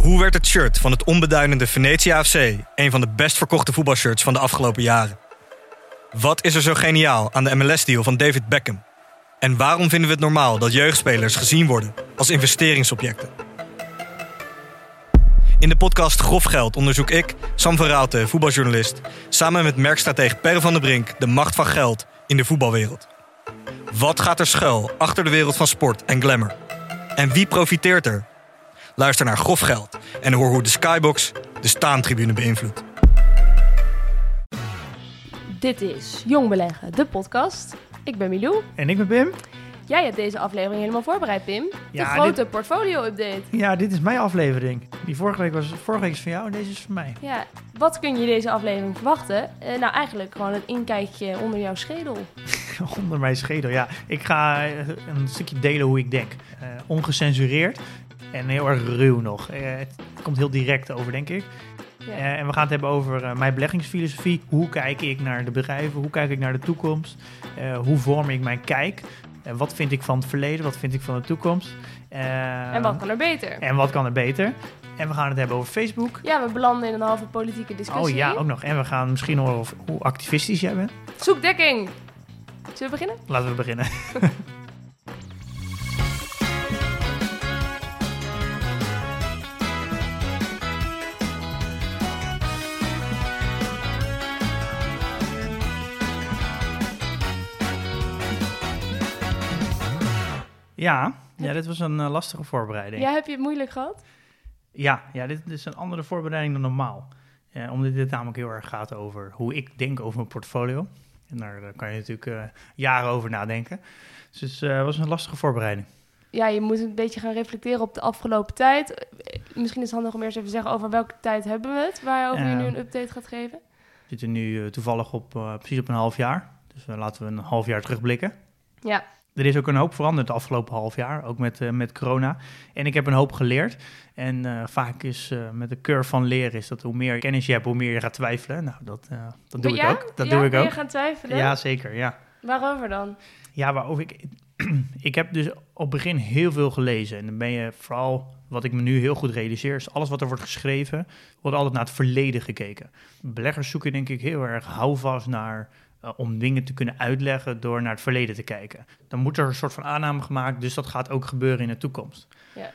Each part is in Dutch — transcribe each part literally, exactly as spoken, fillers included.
Hoe werd het shirt van het onbeduidende Venetia F C een van de best verkochte voetbalshirts van de afgelopen jaren? Wat is er zo geniaal aan de M L S-deal van David Beckham? En waarom vinden we het normaal dat jeugdspelers gezien worden als investeringsobjecten? In de podcast Grof Geld onderzoek ik, Sam van Raalte, voetbaljournalist, samen met merkstratege Per van der Brink de macht van geld in de voetbalwereld. Wat gaat er schuil achter de wereld van sport en glamour? En wie profiteert er? Luister naar Grof Geld en hoor hoe de Skybox de staantribune beïnvloedt. Dit is Jong Beleggen, de podcast. Ik ben Milou. En ik ben Pim. Jij hebt deze aflevering helemaal voorbereid, Pim. De Ja, grote dit... portfolio-update. Ja, dit is mijn aflevering. Die vorige week was vorige week is van jou en deze is van mij. Ja, wat kun je deze aflevering verwachten? Uh, nou, eigenlijk gewoon een inkijkje onder jouw schedel. Onder mijn schedel, ja. Ik ga een stukje delen hoe ik denk. Uh, ongecensureerd en heel erg ruw nog. Uh, het komt heel direct over, denk ik. Ja. Uh, en we gaan het hebben over uh, mijn beleggingsfilosofie. Hoe kijk ik naar de bedrijven? Hoe kijk ik naar de toekomst? Uh, hoe vorm ik mijn kijk? Uh, wat vind ik van het verleden? Wat vind ik van de toekomst? Uh, en wat kan er beter? En wat kan er beter? En we gaan het hebben over Facebook. Ja, we belanden in een halve politieke discussie. Oh ja, ook nog. En we gaan misschien horen over hoe activistisch jij bent. Zoek dekking! Zullen we beginnen? Laten we beginnen. Ja, ja, dit was een uh, lastige voorbereiding. Ja, heb je het moeilijk gehad? Ja, ja dit, dit is een andere voorbereiding dan normaal. Uh, omdat dit namelijk heel erg gaat over hoe ik denk over mijn portfolio. En daar uh, kan je natuurlijk uh, jaren over nadenken. Dus het uh, was een lastige voorbereiding. Ja, je moet een beetje gaan reflecteren op de afgelopen tijd. Misschien is het handig om eerst even te zeggen over welke tijd hebben we het, waarover uh, je nu een update gaat geven. We zitten nu uh, toevallig op uh, precies op een half jaar. Dus uh, laten we een half jaar terugblikken. Ja. Er is ook een hoop veranderd het afgelopen half jaar, ook met, uh, met corona. En ik heb een hoop geleerd. En uh, vaak is uh, met de curve van leren is dat hoe meer kennis je hebt, hoe meer je gaat twijfelen. Nou, dat, uh, dat doe ja? ik ook. Dat ja, doe ik ben ook. je gaan twijfelen? Ja, zeker, ja. Waarover dan? Ja, waarover ik... ik heb dus op het begin heel veel gelezen. En dan ben je vooral, wat ik me nu heel goed realiseer, is alles wat er wordt geschreven, wordt altijd naar het verleden gekeken. Beleggers zoeken denk ik heel erg houvast naar... Uh, om dingen te kunnen uitleggen door naar het verleden te kijken. Dan moet er een soort van aanname gemaakt, dus dat gaat ook gebeuren in de toekomst. Ja.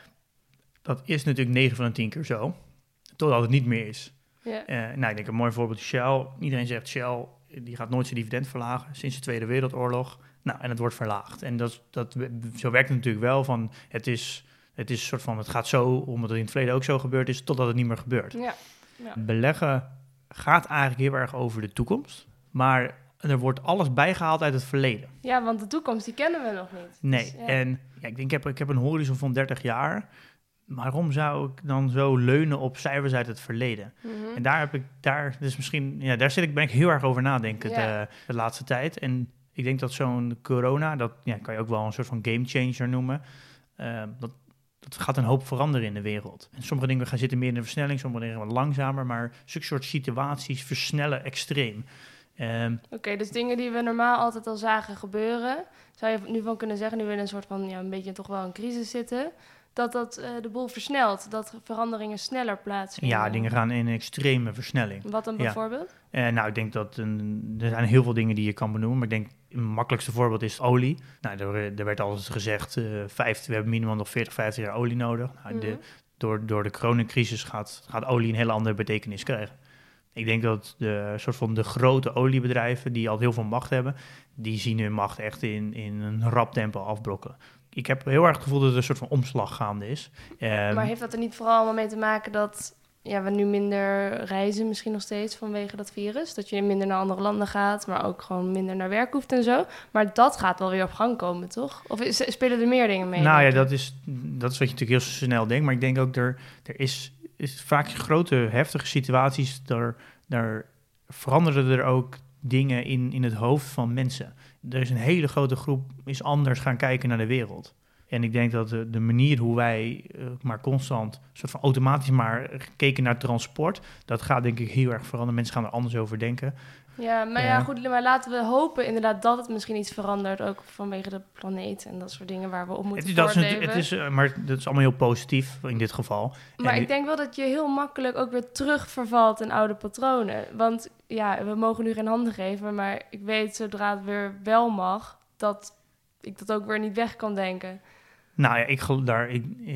Dat is natuurlijk negen van de tien keer zo, totdat het niet meer is. Ja. Uh, nou, ik denk een mooi voorbeeld is Shell. Iedereen zegt Shell, die gaat nooit zijn dividend verlagen sinds de Tweede Wereldoorlog. Nou, en het wordt verlaagd. En dat, dat, zo werkt het natuurlijk wel van, het is, het is een soort van, het gaat zo, omdat het in het verleden ook zo gebeurd is, totdat het niet meer gebeurt. Ja. Ja. Beleggen gaat eigenlijk heel erg over de toekomst, maar er wordt alles bijgehaald uit het verleden. Ja, want de toekomst, die kennen we nog niet. Nee, dus, ja. en ja, ik denk, ik heb, ik heb een horizon van dertig jaar. Waarom zou ik dan zo leunen op cijfers uit het verleden? Mm-hmm. En daar heb ik, daar, dus misschien, ja, daar zit ik, ben ik heel erg over nadenken ja. de, de laatste tijd. En ik denk dat zo'n corona, dat ja, kan je ook wel een soort van gamechanger noemen. Uh, dat, dat gaat een hoop veranderen in de wereld. En sommige dingen gaan zitten meer in de versnelling, sommige dingen wat langzamer, maar zulke soort situaties versnellen extreem. Um, Oké, okay, dus dingen die we normaal altijd al zagen gebeuren, zou je nu van kunnen zeggen, nu we in een soort van, ja, een beetje toch wel een crisis zitten, dat dat uh, de boel versnelt, dat veranderingen sneller plaatsvinden. Ja, dingen gaan in een extreme versnelling. Wat dan bijvoorbeeld? Ja. Uh, nou, ik denk dat een, er zijn heel veel dingen die je kan benoemen, maar ik denk het makkelijkste voorbeeld is olie. Nou, er, er werd altijd gezegd, uh, vijftig, we hebben minimaal nog veertig, vijftig jaar olie nodig. Nou, mm-hmm. de, door, door de coronacrisis gaat, gaat olie een hele andere betekenis krijgen. Ik denk dat de soort van de grote oliebedrijven die al heel veel macht hebben, die zien hun macht echt in, in een rap tempo afbrokkelen. Ik heb heel erg het gevoel dat er een soort van omslag gaande is. Um, maar heeft dat er niet vooral allemaal mee te maken dat ja, we nu minder reizen misschien nog steeds vanwege dat virus? Dat je minder naar andere landen gaat, maar ook gewoon minder naar werk hoeft en zo. Maar dat gaat wel weer op gang komen, toch? Of is, spelen er meer dingen mee? Nou ja, dat is, dat is wat je natuurlijk heel snel denkt. Maar ik denk ook, er, er is... is vaak grote, heftige situaties, daar, daar veranderen er ook dingen in, in het hoofd van mensen. Er is een hele grote groep, is anders gaan kijken naar de wereld. En ik denk dat de, de manier hoe wij uh, maar constant, soort van automatisch maar gekeken naar transport, dat gaat denk ik heel erg veranderen. Mensen gaan er anders over denken. Ja, maar ja, ja goed, maar laten we hopen inderdaad dat het misschien iets verandert, ook vanwege de planeet en dat soort dingen waar we op moeten het is, voortleven. Dat is, het is, uh, maar dat is allemaal heel positief in dit geval. Maar en ik denk wel dat je heel makkelijk ook weer terug vervalt in oude patronen. Want ja, we mogen nu geen handen geven, maar ik weet zodra het weer wel mag, dat ik dat ook weer niet weg kan denken. Nou ja, ik geloof daar... Ik, eh,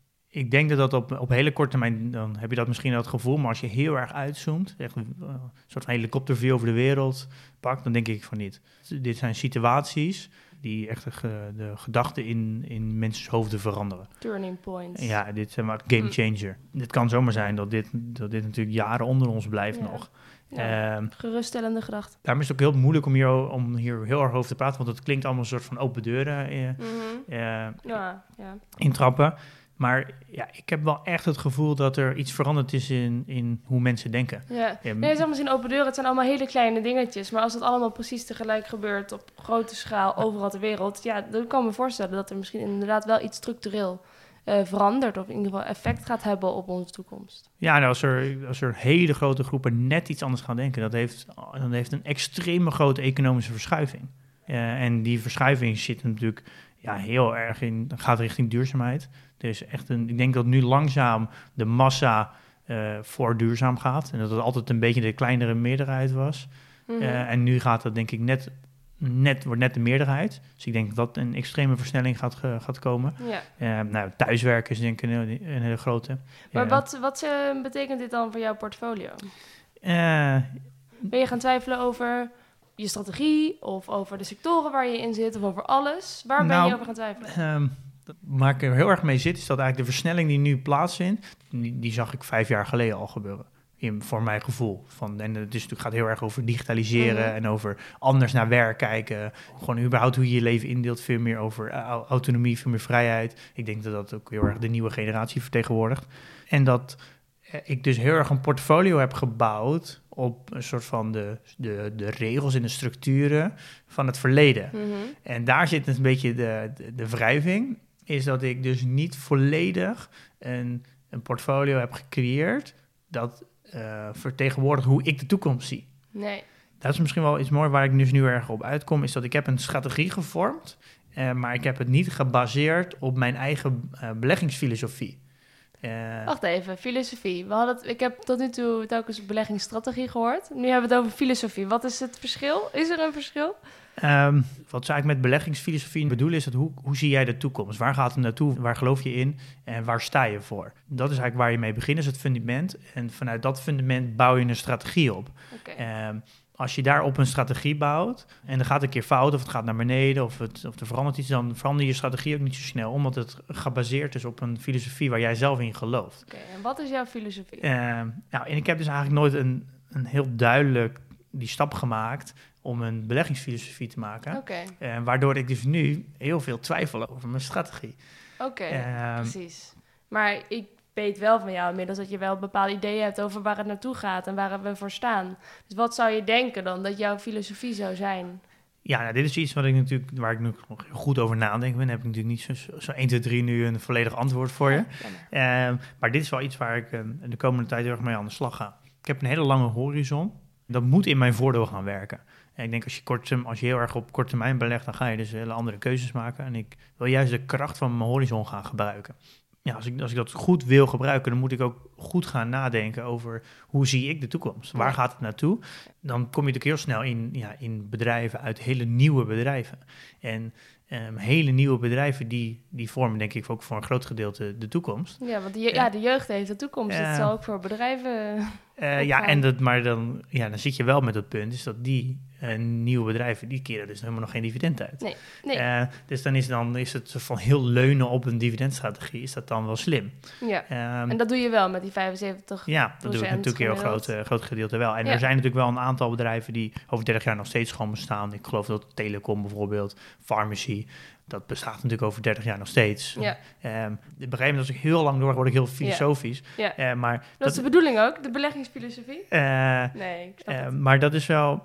Ik denk dat dat op, op hele korte termijn, dan heb je dat misschien wel het gevoel, maar als je heel erg uitzoomt, echt een, uh, een soort van helikopterview over de wereld pakt, dan denk ik van niet. Dit zijn situaties die echt de, de gedachten in, in mensen's hoofden veranderen. Turning points. Ja, dit is maar game changer. Mm. Dit kan zomaar zijn dat dit, dat dit natuurlijk jaren onder ons blijft ja. nog. Ja, uh, geruststellende gedachte. Daarom is het ook heel moeilijk om hier, om hier heel erg over te praten, want het klinkt allemaal een soort van open deuren uh, mm-hmm. uh, ja, ja. intrappen. Maar ja, ik heb wel echt het gevoel dat er iets veranderd is in, in hoe mensen denken. Ja, ja nee, zeg maar in open deuren, het zijn allemaal hele kleine dingetjes. Maar als het allemaal precies tegelijk gebeurt op grote schaal overal ter wereld, ja, dan kan ik me voorstellen dat er misschien inderdaad wel iets structureel uh, verandert. Of in ieder geval effect gaat hebben op onze toekomst. Ja, nou, als er, als er hele grote groepen net iets anders gaan denken, dat heeft, dat heeft een extreme grote economische verschuiving. Uh, en die verschuiving zit natuurlijk ja, heel erg in, gaat richting duurzaamheid. Dus echt een, ik denk dat nu langzaam de massa uh, voor duurzaam gaat. En dat het altijd een beetje de kleinere meerderheid was. Mm-hmm. Uh, en nu gaat dat denk ik net, net, wordt net de meerderheid. Dus ik denk dat een extreme versnelling gaat, uh, gaat komen. Ja. Uh, nou, thuiswerken is denk ik een, een hele grote. Maar uh, wat, wat uh, betekent dit dan voor jouw portfolio? Uh, ben je gaan twijfelen over je strategie of over de sectoren waar je in zit of over alles? Waar ben nou, je over gaan twijfelen? Um, waar ik er heel erg mee zit, is dat eigenlijk de versnelling die nu plaatsvindt, die, die zag ik vijf jaar geleden al gebeuren. In, voor mijn gevoel. Van, en het is, het gaat heel erg over digitaliseren mm-hmm. en over anders naar werk kijken. Gewoon überhaupt hoe je je leven indeelt. Veel meer over autonomie, veel meer vrijheid. Ik denk dat dat ook heel erg de nieuwe generatie vertegenwoordigt. En dat eh, ik dus heel erg een portfolio heb gebouwd op een soort van de, de, de regels en de structuren van het verleden. Mm-hmm. En daar zit een beetje de, de, de wrijving. Is dat ik dus niet volledig een, een portfolio heb gecreëerd dat uh, vertegenwoordigt hoe ik de toekomst zie. Nee. Dat is misschien wel iets moois waar ik dus nu erg op uitkom, is dat ik heb een strategie gevormd, uh, maar ik heb het niet gebaseerd op mijn eigen uh, beleggingsfilosofie. Uh, Wacht even, filosofie. We hadden het, ik heb tot nu toe telkens beleggingsstrategie gehoord. Nu hebben we het over filosofie. Wat is het verschil? Is er een verschil? Um, wat zou ik met beleggingsfilosofie bedoelen is dat hoe, hoe zie jij de toekomst? Waar gaat het naartoe? Waar geloof je in? En waar sta je voor? Dat is eigenlijk waar je mee begint, is het fundament. En vanuit dat fundament bouw je een strategie op. Okay. Um, als je daarop een strategie bouwt en er gaat een keer fout of het gaat naar beneden of, het, of er verandert iets, dan verander je strategie ook niet zo snel, omdat het gebaseerd is op een filosofie waar jij zelf in gelooft. Oké, okay, en wat is jouw filosofie? Uh, nou, en ik heb dus eigenlijk nooit een, een heel duidelijk die stap gemaakt om een beleggingsfilosofie te maken. Okay. Uh, waardoor ik dus nu heel veel twijfel over mijn strategie. Oké, okay, uh, precies. Maar ik weet wel van jou inmiddels dat je wel bepaalde ideeën hebt over waar het naartoe gaat en waar we voor staan. Dus wat zou je denken dan dat jouw filosofie zou zijn? Ja, nou, dit is iets wat ik natuurlijk, waar ik nu nog goed over nadenk ben. heb ik natuurlijk niet zo, zo één, twee, drie nu een volledig antwoord voor je. Ja, uh, maar dit is wel iets waar ik uh, de komende tijd heel erg mee aan de slag ga. Ik heb een hele lange horizon. Dat moet in mijn voordeel gaan werken. En ik denk als je, kort, als je heel erg op korte termijn belegt, dan ga je dus hele andere keuzes maken. En ik wil juist de kracht van mijn horizon gaan gebruiken. Ja, als ik, als ik dat goed wil gebruiken, dan moet ik ook goed gaan nadenken over hoe zie ik de toekomst? Waar gaat het naartoe? Dan kom je natuurlijk heel snel in, ja, in bedrijven uit hele nieuwe bedrijven. En um, hele nieuwe bedrijven, die, die vormen denk ik ook voor een groot gedeelte de toekomst. Ja, want de, je, ja, de jeugd heeft de toekomst. Uh, dat zal ook voor bedrijven uh, Ja, en dat, maar dan, ja, dan zit je wel met het punt, is dat die uh, nieuwe bedrijven, die keren dus helemaal nog geen dividend uit. Nee, nee. Uh, dus dan is, dan is het van heel leunen op een dividendstrategie, is dat dan wel slim. Ja, um, en dat doe je wel met die vijfenzeventig procent. Ja, dat doe ik natuurlijk een heel groot, uh, groot gedeelte wel. En ja. er zijn natuurlijk wel een aantal bedrijven die over dertig jaar nog steeds gewoon bestaan. Ik geloof dat telecom bijvoorbeeld, pharmacy, dat bestaat natuurlijk over dertig jaar nog steeds. Ja. Um, op een gegeven moment, als ik heel lang door word ik heel filosofisch. Ja. Ja. Uh, maar dat, dat is de bedoeling ook, de beleggingsfilosofie? Uh, nee, ik snap uh, het. Maar dat is wel...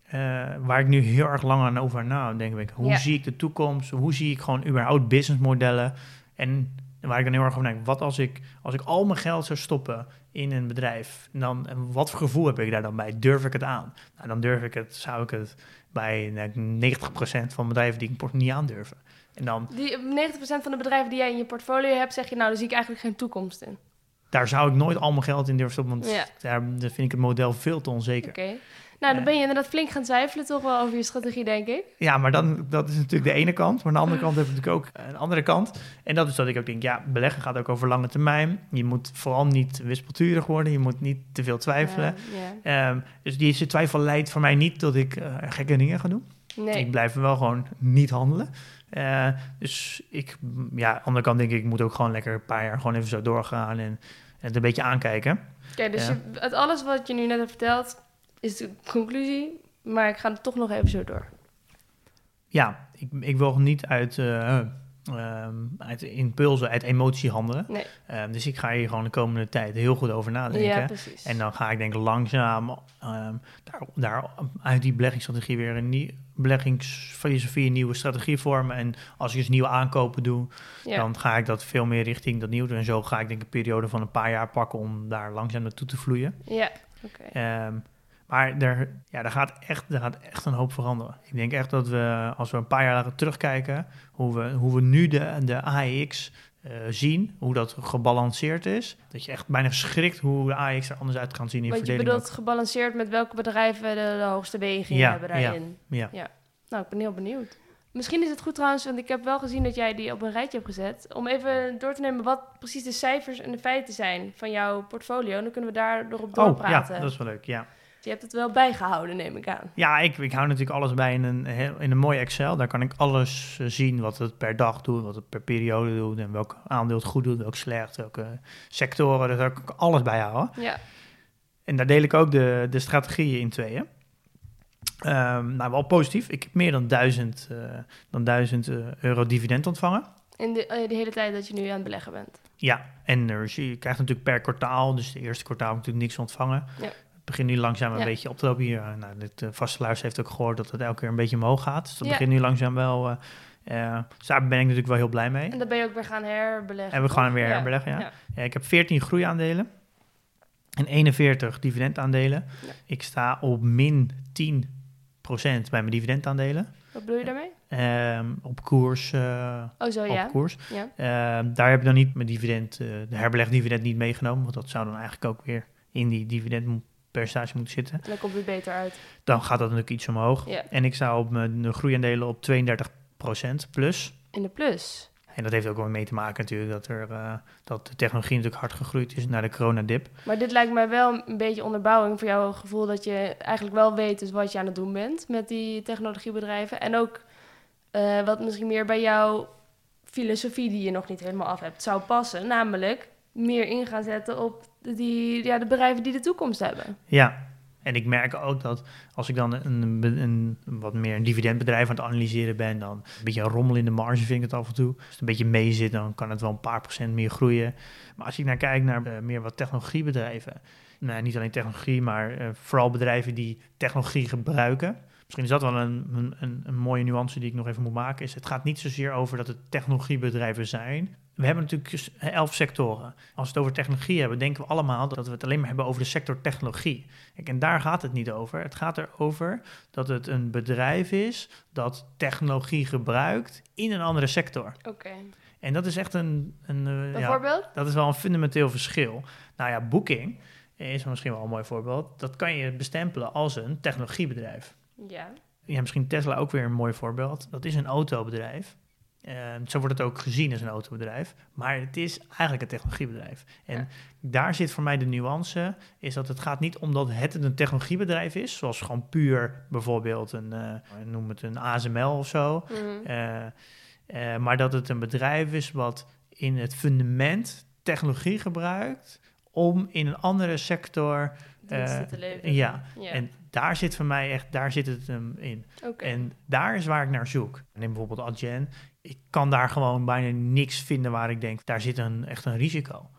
uh, waar ik nu heel erg lang aan over na denk ik. Hoe Ja. zie ik de toekomst? Hoe zie ik gewoon überhaupt businessmodellen? En waar ik dan heel erg over denk, wat als ik, als ik al mijn geld zou stoppen in een bedrijf, dan, en wat voor gevoel heb ik daar dan bij? Durf ik het aan? Nou, dan durf ik het, zou ik het bij nou, negentig procent van bedrijven die ik niet aandurven. En dan, Die negentig procent van de bedrijven die jij in je portfolio hebt, zeg je nou, daar zie ik eigenlijk geen toekomst in. daar zou ik nooit al mijn geld in durven stoppen, want Ja. daar vind ik het model veel te onzeker. Oké. Okay. Nou, dan ben je inderdaad flink gaan twijfelen toch wel over je strategie, denk ik. Ja, maar dan, dat is natuurlijk de ene kant. Maar aan de andere kant heb ik natuurlijk ook een andere kant. En dat is dat ik ook denk, ja, beleggen gaat ook over lange termijn. Je moet vooral niet wispelturig worden. Je moet niet te veel twijfelen. Ja, ja. Um, dus die twijfel leidt voor mij niet tot ik uh, gekke dingen ga doen. Nee. Ik blijf wel gewoon niet handelen. Uh, dus ik, ja, aan de andere kant denk ik, ik moet ook gewoon lekker een paar jaar gewoon even zo doorgaan en, en het een beetje aankijken. Oké, okay, dus ja. je, uit alles wat je nu net hebt verteld is de conclusie, maar ik ga er toch nog even zo door. Ja, ik, ik wil niet uit, uh, um, uit impulsen, uit emotie handelen. Nee. Um, dus ik ga hier gewoon de komende tijd heel goed over nadenken. Ja, precies. En dan ga ik denk ik langzaam um, daar, daar uit die beleggingsstrategie weer een nieuw beleggingsfilosofie, een nieuwe strategie vormen. En als ik dus nieuwe aankopen doe, ja. dan ga ik dat veel meer richting dat nieuw doen. En zo ga ik denk ik een periode van een paar jaar pakken om daar langzaam naartoe te vloeien. Ja, oké. Okay. Um, maar er, ja, er, gaat echt, er gaat echt een hoop veranderen. Ik denk echt dat we, als we een paar jaar later terugkijken, hoe we, hoe we nu de, de A E X uh, zien, hoe dat gebalanceerd is, dat je echt bijna schrikt hoe de A E X er anders uit kan zien in Want verdeling. Je bedoelt ook. Gebalanceerd met welke bedrijven de, de hoogste wegingen ja, hebben daarin. Ja, ja. ja. Nou, ik ben heel benieuwd. Misschien is het goed trouwens, want ik heb wel gezien dat jij die op een rijtje hebt gezet, om even door te nemen wat precies de cijfers en de feiten zijn van jouw portfolio. Dan kunnen we daar door op doorpraten. Oh, ja, dat is wel leuk, ja. Je hebt het wel bijgehouden, neem ik aan. Ja, ik, ik hou natuurlijk alles bij in een, in een mooi Excel. Daar kan ik alles zien wat het per dag doet, wat het per periode doet en welk aandeel het goed doet, welk slecht, welke sectoren. Daar kan ik alles bij houden. Ja. En daar deel ik ook de, de strategieën in tweeën. Um, nou, wel positief. Ik heb meer dan duizend, uh, dan duizend uh, euro dividend ontvangen. In de, uh, de hele tijd dat je nu aan het beleggen bent? Ja, en er, je krijgt natuurlijk per kwartaal, dus de eerste kwartaal heb ik natuurlijk niks ontvangen. Ja. Het begint nu langzaam een ja. beetje op te lopen hier. Nou, dit uh, vaste luister heeft ook gehoord dat het elke keer een beetje omhoog gaat. Dus dat ja. begint nu langzaam wel. Uh, uh, dus daar ben ik natuurlijk wel heel blij mee. En dan ben je ook weer gaan herbeleggen. En we gaan weer ja. herbeleggen, ja. Ja. ja. Ik heb veertien groeiaandelen en eenenveertig dividendaandelen. Ja. Ik sta op min tien procent bij mijn dividendaandelen. Wat bedoel je daarmee? Um, op koers. Uh, oh, zo op ja. koers. ja. Uh, daar heb ik dan niet mijn dividend, uh, de herbelegdividend niet meegenomen, want dat zou dan eigenlijk ook weer in die dividendpercentage moeten zitten. En dan komt het beter uit. Dan gaat dat natuurlijk iets omhoog. Ja. En ik sta op mijn groeiaandelen op tweeëndertig procent plus. In de plus? En dat heeft ook wel mee te maken natuurlijk dat, er, uh, dat de technologie natuurlijk hard gegroeid is naar de coronadip. Maar dit lijkt mij wel een beetje onderbouwing voor jouw gevoel dat je eigenlijk wel weet dus wat je aan het doen bent met die technologiebedrijven. En ook uh, wat misschien meer bij jouw filosofie die je nog niet helemaal af hebt zou passen. Namelijk meer in gaan zetten op die, ja, de bedrijven die de toekomst hebben. Ja. En ik merk ook dat als ik dan een, een, een wat meer een dividendbedrijf aan het analyseren ben, dan een beetje een rommel in de marge vind ik het af en toe. Als het een beetje mee zit, dan kan het wel een paar procent meer groeien. Maar als ik naar kijk naar uh, meer wat technologiebedrijven, nou, niet alleen technologie, maar uh, vooral bedrijven die technologie gebruiken. Misschien is dat wel een, een, een mooie nuance die ik nog even moet maken. Is het gaat niet zozeer over dat het technologiebedrijven zijn. We hebben natuurlijk elf sectoren. Als we het over technologie hebben, denken we allemaal dat we het alleen maar hebben over de sector technologie. Kijk, en daar gaat het niet over. Het gaat erover dat het een bedrijf is dat technologie gebruikt in een andere sector. Oké. Okay. En dat is echt een... een Bijvoorbeeld? Ja, dat is wel een fundamenteel verschil. Nou ja, Booking is misschien wel een mooi voorbeeld. Dat kan je bestempelen als een technologiebedrijf. Ja. Ja, misschien Tesla ook weer een mooi voorbeeld. Dat is een autobedrijf. Uh, zo wordt het ook gezien als een autobedrijf. Maar het is eigenlijk een technologiebedrijf. En ja. daar zit voor mij de nuance, is dat het gaat niet omdat het een technologiebedrijf is, zoals gewoon puur bijvoorbeeld een, uh, noem het een A S M L of zo. Mm-hmm. Uh, uh, maar dat het een bedrijf is wat in het fundament technologie gebruikt om in een andere sector diensten uh, te leveren. Ja, ja. En daar zit voor mij echt, daar zit het um, in. Okay. En daar is waar ik naar zoek. Neem bijvoorbeeld Adyen. Ik kan daar gewoon bijna niks vinden waar ik denk, daar zit een, echt een risico.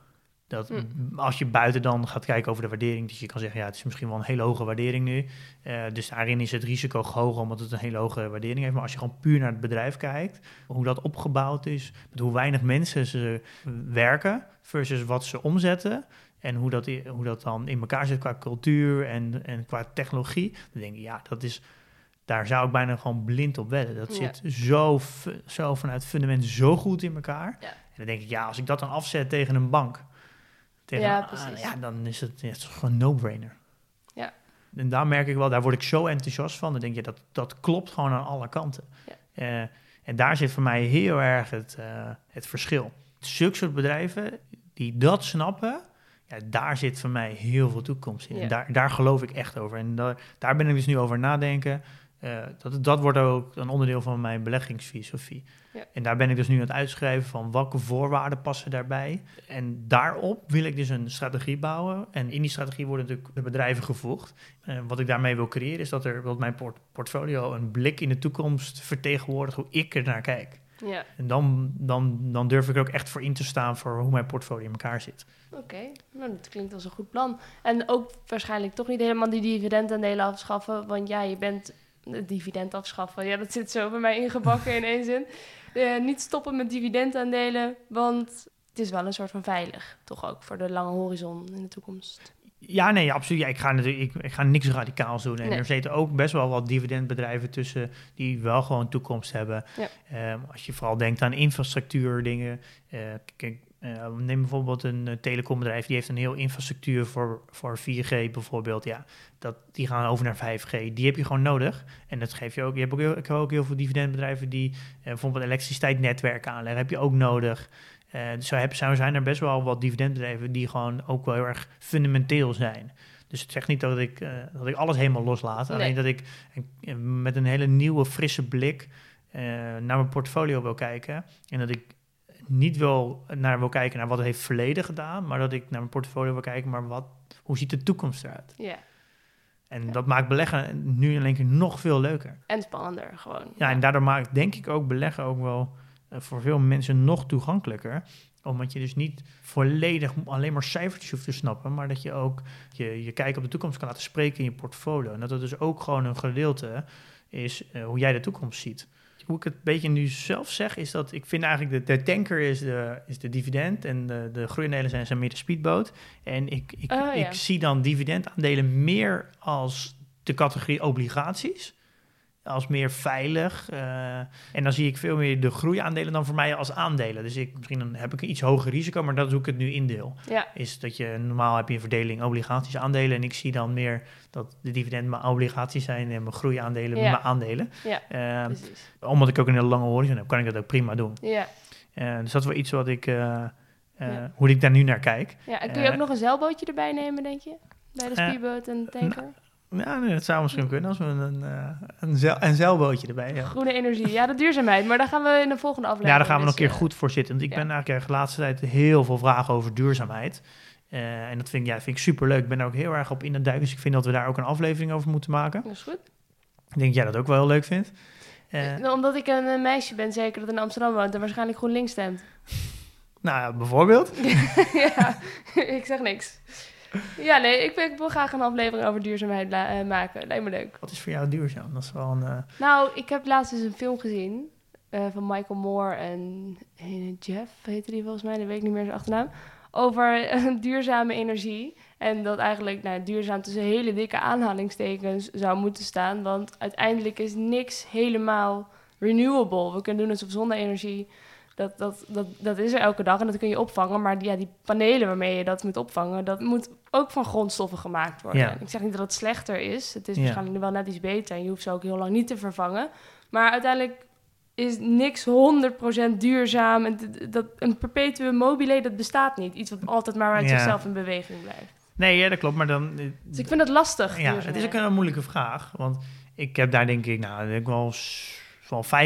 Dat Hm. als je buiten dan gaat kijken over de waardering, dus je kan zeggen, ja, het is misschien wel een hele hoge waardering nu. Uh, dus daarin is het risico hoger omdat het een hele hoge waardering heeft. Maar als je gewoon puur naar het bedrijf kijkt, hoe dat opgebouwd is, met hoe weinig mensen ze werken versus wat ze omzetten. En hoe dat, hoe dat dan in elkaar zit qua cultuur en, en qua technologie. Dan denk ik, ja, dat is, daar zou ik bijna gewoon blind op wedden. Dat Ja. zit zo, zo vanuit het fundament zo goed in elkaar. Ja. En dan denk ik, ja, als ik dat dan afzet tegen een bank, tegen Ja, een- precies. ja, dan is het, ja, het is gewoon een no-brainer. Ja. En daar merk ik wel, daar word ik zo enthousiast van. Dan denk je, dat, dat klopt gewoon aan alle kanten. Ja. Uh, en daar zit voor mij heel erg het, uh, het verschil. Zulke soort bedrijven die dat snappen, ja, daar zit voor mij heel veel toekomst in. Ja. En daar, daar geloof ik echt over. En daar, daar ben ik dus nu over nadenken. Uh, dat, dat wordt ook een onderdeel van mijn beleggingsfilosofie. Ja. En daar ben ik dus nu aan het uitschrijven van welke voorwaarden passen daarbij. En daarop wil ik dus een strategie bouwen. En in die strategie worden natuurlijk de bedrijven gevoegd. Uh, wat ik daarmee wil creëren is dat, er, dat mijn port- portfolio een blik in de toekomst vertegenwoordigt hoe ik er naar kijk. Ja. En dan, dan, dan durf ik er ook echt voor in te staan voor hoe mijn portfolio in elkaar zit. Oké, okay. Nou, dat klinkt als een goed plan. En ook waarschijnlijk toch niet helemaal die dividendaandelen afschaffen. Want ja, je bent het dividend afschaffen. Ja, dat zit zo bij mij ingebakken in één zin. Uh, niet stoppen met dividendaandelen, want het is wel een soort van veilig. Toch ook voor de lange horizon in de toekomst. Ja, nee, absoluut. Ja, ik, ga natuurlijk, ik, ik ga niks radicaals doen. En nee. er zitten ook best wel wat dividendbedrijven tussen die wel gewoon toekomst hebben. Ja. Um, als je vooral denkt aan infrastructuur dingen. Uh, kijk, uh, neem bijvoorbeeld een uh, telecombedrijf, die heeft een heel infrastructuur voor, voor vier G bijvoorbeeld. Ja, dat, die gaan over naar vijf G. Die heb je gewoon nodig. En dat geef je ook. Je hebt ook heel, ik heb ook heel veel dividendbedrijven die uh, bijvoorbeeld elektriciteitsnetwerken aanleggen. Heb je ook nodig. Uh, dus zo, heb, zo zijn er best wel wat dividendbedrijven die gewoon ook wel heel erg fundamenteel zijn. Dus het zegt niet dat ik, uh, dat ik alles helemaal loslaat. Nee. Alleen dat ik uh, met een hele nieuwe, frisse blik uh, naar mijn portfolio wil kijken. En dat ik niet wil, naar wil kijken naar wat het heeft verleden gedaan, maar dat ik naar mijn portfolio wil kijken, maar wat, hoe ziet de toekomst eruit? Ja. En ja. dat maakt beleggen nu in één keer nog veel leuker. En spannender gewoon. Ja, ja. En daardoor maakt denk ik ook beleggen ook wel uh, voor veel mensen nog toegankelijker. Omdat je dus niet volledig alleen maar cijfertjes hoeft te snappen, maar dat je ook je, je kijk op de toekomst kan laten spreken in je portfolio. En dat dat dus ook gewoon een gedeelte is uh, hoe jij de toekomst ziet. Hoe ik het een beetje nu zelf zeg, is dat ik vind eigenlijk de, de tanker is de, is de dividend en de, de groeiaandelen zijn, zijn meer de speedboot. En ik, ik, oh, ja. ik zie dan dividendaandelen meer als de categorie obligaties. Als meer veilig. Uh, en dan zie ik veel meer de groeiaandelen dan voor mij als aandelen. Dus ik, misschien dan heb ik een iets hoger risico, maar dat is hoe ik het nu indeel. Ja. Is dat je normaal heb je een verdeling obligaties, aandelen. En ik zie dan meer dat de dividenden mijn obligaties zijn en mijn groeiaandelen ja. mijn aandelen. Ja, uh, precies. Omdat ik ook een hele lange horizon heb, kan ik dat ook prima doen. Ja. Uh, dus dat is wel iets wat ik, uh, uh, ja. hoe ik daar nu naar kijk. Ja, en kun je ook uh, nog een zeilbootje erbij nemen, denk je? Bij de speedboot en de tanker? Nou, ja, nee, dat zou misschien kunnen als we een, uh, een, zeil, een zeilbootje erbij hebben. Groene energie, ja, de duurzaamheid. Maar daar gaan we in de volgende aflevering. Ja, daar gaan we dus, nog een keer uh, goed voor zitten. Want ik ja. ben eigenlijk de laatste tijd heel veel vragen over duurzaamheid. Uh, en dat vind ik, ja, vind ik superleuk. Ik ben er ook heel erg op in het duiken. Dus ik vind dat we daar ook een aflevering over moeten maken. Dat is goed. Ik denk dat jij dat ook wel heel leuk vindt. Uh, Omdat ik een, een meisje ben, zeker dat in Amsterdam woont en waarschijnlijk GroenLinks stemt. Nou, bijvoorbeeld. Ja, ik zeg niks. Ja, nee, ik, ik wil graag een aflevering over duurzaamheid la- uh, maken. Lijkt me leuk. Wat is voor jou duurzaam? Dat is wel een... Uh... Nou, ik heb laatst eens een film gezien uh, van Michael Moore en uh, Jeff, heette die volgens mij, dat weet ik niet meer zijn achternaam. Over uh, duurzame energie. En dat eigenlijk nou, duurzaam tussen hele dikke aanhalingstekens zou moeten staan. Want uiteindelijk is niks helemaal renewable. We kunnen doen alsof zonne-energie... Dat, dat, dat, dat is er elke dag en dat kun je opvangen. Maar die, ja, die panelen waarmee je dat moet opvangen... dat moet ook van grondstoffen gemaakt worden. Ja. Ik zeg niet dat het slechter is. Het is ja. waarschijnlijk wel net iets beter... en je hoeft ze ook heel lang niet te vervangen. Maar uiteindelijk is niks honderd procent duurzaam. En dat, een perpetuum mobile, dat bestaat niet. Iets wat altijd maar uit ja. zichzelf in beweging blijft. Nee, ja, dat klopt, maar dan... Dus ik vind het lastig. Ja, het is ook een moeilijke vraag. Want ik heb daar denk ik... nou, denk ik wel... van vijf à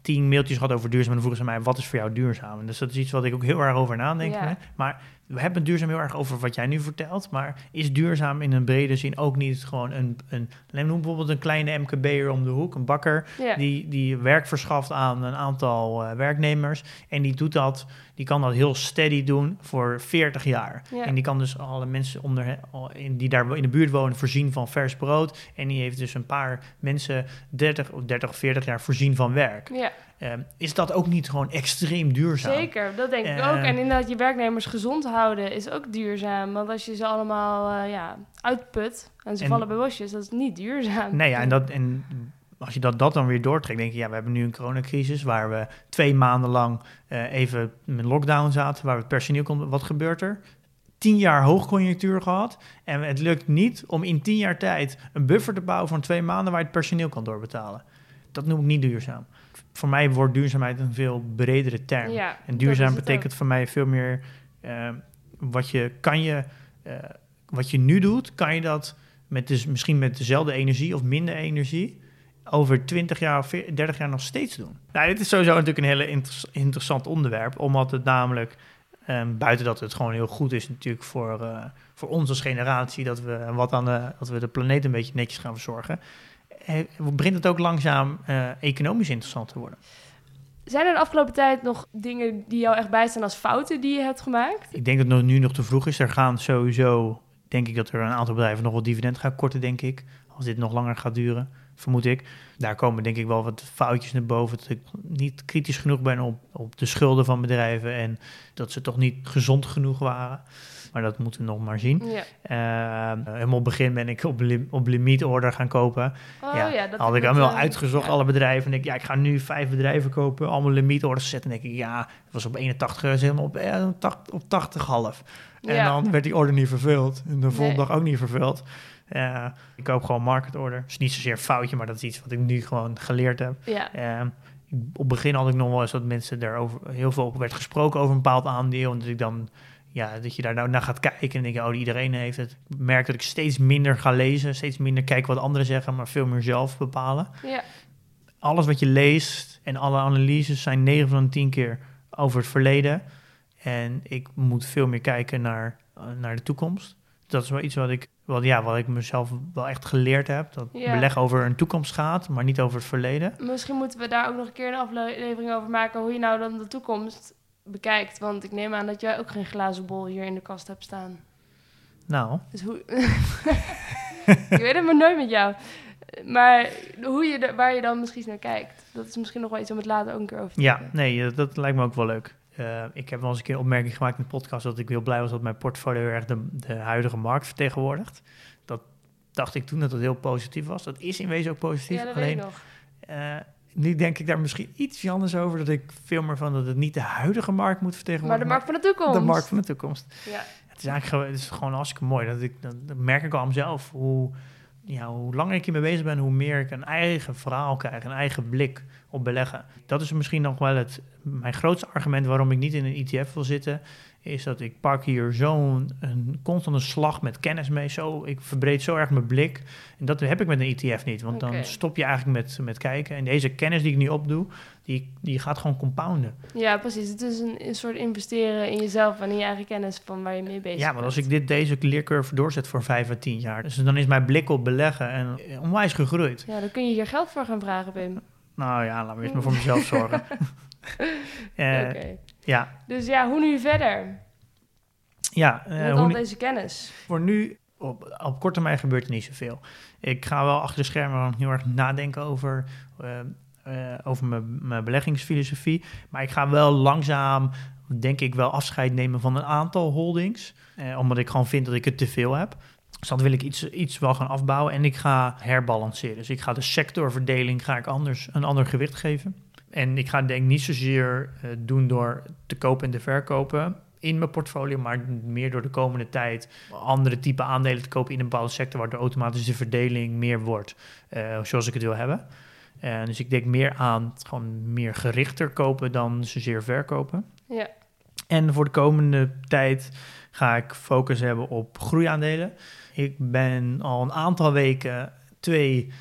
tien mailtjes gehad over duurzaam en dan vroegen ze mij, wat is voor jou duurzaam? En dus dat is iets wat ik ook heel erg over nadenk. Ja. Hè? Maar we hebben duurzaam heel erg over wat jij nu vertelt, maar is duurzaam in een brede zin ook niet gewoon een, een neem bijvoorbeeld een kleine M K B'er om de hoek, een bakker, Ja. die, die werk verschaft aan een aantal uh, werknemers en die doet dat, die kan dat heel steady doen voor veertig jaar. Ja. En die kan dus alle mensen onder, in, die daar in de buurt wonen voorzien van vers brood en die heeft dus een paar mensen dertig of veertig jaar voorzien van werk. Ja, Uh, is dat ook niet gewoon extreem duurzaam? zeker. Dat denk ik Eh, ook. En inderdaad, je werknemers gezond houden is ook duurzaam. Want als je ze allemaal uh, ja, uitput en ze En- vallen bij bosjes, dat is niet duurzaam. Nee, ja, en, dat, en als je dat, dat dan weer doortrekt, denk je, ja, we hebben nu een coronacrisis waar we twee maanden lang uh, even met lockdown zaten, waar het personeel kon. Wat gebeurt er? Tien jaar hoogconjunctuur gehad en het lukt niet om in tien jaar tijd een buffer te bouwen van twee maanden waar je het personeel kan doorbetalen. Dat noem ik niet duurzaam. Voor mij wordt duurzaamheid een veel bredere term. Ja, En dat duurzaam is het betekent ook. voor mij veel meer uh, wat je kan je uh, wat je nu doet, kan je dat met dus misschien met dezelfde energie of minder energie over twintig jaar of dertig jaar nog steeds doen. Nou, dit is sowieso natuurlijk een hele inter- interessant onderwerp, omdat het namelijk um, buiten dat het gewoon heel goed is natuurlijk voor, uh, voor ons als generatie dat we wat aan de, dat we de planeet een beetje netjes gaan verzorgen. He, begint het ook langzaam uh, economisch interessant te worden. Zijn er de afgelopen tijd nog dingen die jou echt bijstaan als fouten die je hebt gemaakt? Ik denk dat het nu nog te vroeg is. Er gaan sowieso, denk ik dat er een aantal bedrijven nog wat dividend gaan korten, denk ik. Als dit nog langer gaat duren, vermoed ik. Daar komen denk ik wel wat foutjes naar boven. Dat ik niet kritisch genoeg ben op, op de schulden van bedrijven en dat ze toch niet gezond genoeg waren. Maar dat moeten we nog maar zien. Ja. Uh, helemaal op het begin ben ik op, lim- op limietorder gaan kopen. Oh ja, ja, dat had ik met, allemaal uh, uitgezocht, ja. alle bedrijven. En ik, ja, ik ga nu vijf bedrijven kopen, allemaal limietorders zetten. En denk ik, ja, het was op eenentachtig, is helemaal op, eh, tachtig, op tachtig half. En Ja. dan werd die order niet vervuld. En de volgende Nee. dag ook niet vervuld. Uh, ik koop gewoon market order. Het is niet zozeer een foutje, maar dat is iets wat ik nu gewoon geleerd heb. Ja. Uh, op het begin had ik nog wel eens dat mensen daarover heel veel op werd gesproken over een bepaald aandeel. En dat ik dan, ja, dat je daar nou naar gaat kijken en denk je, oh, iedereen heeft het. Ik merk dat ik steeds minder ga lezen, steeds minder kijk wat anderen zeggen, maar veel meer zelf bepalen. Ja. Alles wat je leest en alle analyses zijn negen van de tien keer over het verleden. En ik moet veel meer kijken naar, uh, naar de toekomst. Dat is wel iets wat ik, wat, ja, wat ik mezelf wel echt geleerd heb. Dat Ja. beleg over een toekomst gaat, maar niet over het verleden. Misschien moeten we daar ook nog een keer een aflevering over maken, hoe je nou dan de toekomst bekijkt. Want ik neem aan dat jij ook geen glazen bol hier in de kast hebt staan. Nou, Dus hoe... ik weet het maar nooit met jou. Maar hoe je er, waar je dan misschien naar kijkt, dat is misschien nog wel iets om het later ook een keer over te ja, hebben. nee, dat, dat lijkt me ook wel leuk. Uh, ik heb wel eens een keer een opmerking gemaakt in de podcast dat ik heel blij was dat mijn portfolio heel erg de, de huidige markt vertegenwoordigt. Dat dacht ik toen dat het heel positief was. Dat is in wezen ook positief. Ja, dat Alleen, weet ik nog. uh, nu denk ik daar misschien iets anders over, dat ik veel meer van dat het niet de huidige markt moet Maar vertegenwoordigen. de markt van de toekomst. De markt van de toekomst. Ja. Het is eigenlijk gewoon, het is gewoon hartstikke mooi. Dat ik, dat, dat merk ik al aan mezelf. Hoe, ja, hoe langer ik hiermee bezig ben, hoe meer ik een eigen verhaal krijg, een eigen blik op beleggen. Dat is misschien nog wel het, mijn grootste argument waarom ik niet in een E T F wil zitten, is dat ik pak hier zo'n een constante slag met kennis mee. Zo, ik verbreed zo erg mijn blik. En dat heb ik met een E T F niet. Want Oké. dan stop je eigenlijk met, met kijken. En deze kennis die ik nu opdoe, die, die gaat gewoon compounden. Ja, precies. Het is een, een soort investeren in jezelf en in je eigen kennis van waar je mee bezig bent. Ja, want als ik dit, deze leercurve doorzet voor vijf à tien jaar, dus dan is mijn blik op beleggen en onwijs gegroeid. Ja, dan kun je hier geld voor gaan vragen, Pim. Nou ja, laat me eerst maar voor mezelf zorgen. uh, Oké. Ja, Dus ja, hoe nu verder? ja uh, Met hoe al nu- deze kennis. voor nu, op, op korte termijn gebeurt er niet zoveel. Ik ga wel achter de schermen heel erg nadenken over, uh, uh, over mijn, mijn beleggingsfilosofie. Maar ik ga wel langzaam, denk ik, wel afscheid nemen van een aantal holdings. Uh, omdat ik gewoon vind dat ik het te veel heb. Dus dan wil ik iets, iets wel gaan afbouwen en ik ga herbalanceren. Dus ik ga de sectorverdeling ga ik anders, een ander gewicht geven. En ik ga denk ik niet zozeer uh, doen door te kopen en te verkopen in mijn portfolio, maar meer door de komende tijd andere type aandelen te kopen in een bepaalde sector, waardoor automatisch de verdeling meer wordt, uh, zoals ik het wil hebben. Uh, dus ik denk meer aan gewoon meer gerichter kopen dan zozeer verkopen. Ja. En voor de komende tijd ga ik focus hebben op groeiaandelen. Ik ben al een aantal weken twee